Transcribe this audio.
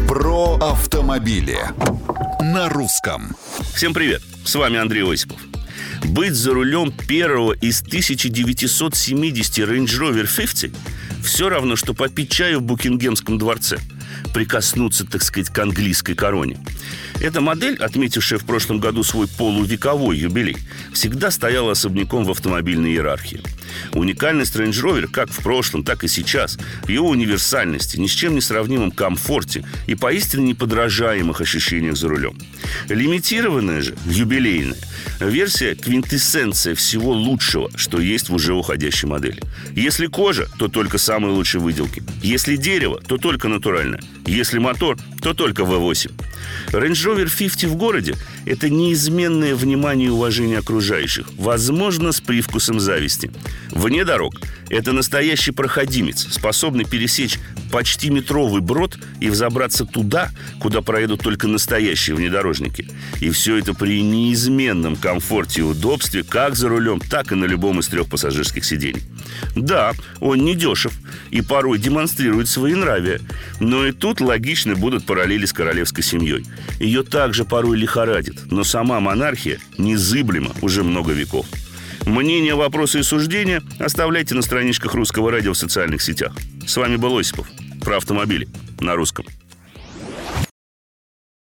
Про автомобили на русском. Всем привет, с вами Андрей Осипов. Быть за рулем первого из 1970 Range Rover 50 все равно, что попить чаю в Букингемском дворце, прикоснуться, так сказать, к английской короне. Эта модель, отметившая в прошлом году свой полувековой юбилей, всегда стояла особняком в автомобильной иерархии. Уникальность Range Rover как в прошлом, так и сейчас, в ее универсальности, ни с чем не сравнимом комфорте и поистине неподражаемых ощущениях за рулем. Лимитированная же, юбилейная, версия – квинтэссенция всего лучшего, что есть в уже уходящей модели. Если кожа, то только самые лучшие выделки. Если дерево, то только натуральное. Если мотор, то только V8. Range Rover 50 в городе – это неизменное внимание и уважение окружающих, возможно, с привкусом зависти. Вне дорог – это настоящий проходимец, способный пересечь почти метровый брод и взобраться туда, куда проедут только настоящие внедорожники. И все это при неизменном комфорте и удобстве как за рулем, так и на любом из 3 пассажирских сидений. Да, он не дешев и порой демонстрирует своенравие, но и тут логичны будут параллели с королевской семьей. Ее также порой лихорадит, но сама монархия незыблема уже много веков. Мнения, вопросы и суждения оставляйте на страничках Русского радио в социальных сетях. С вами был Осипов. Про автомобили на русском.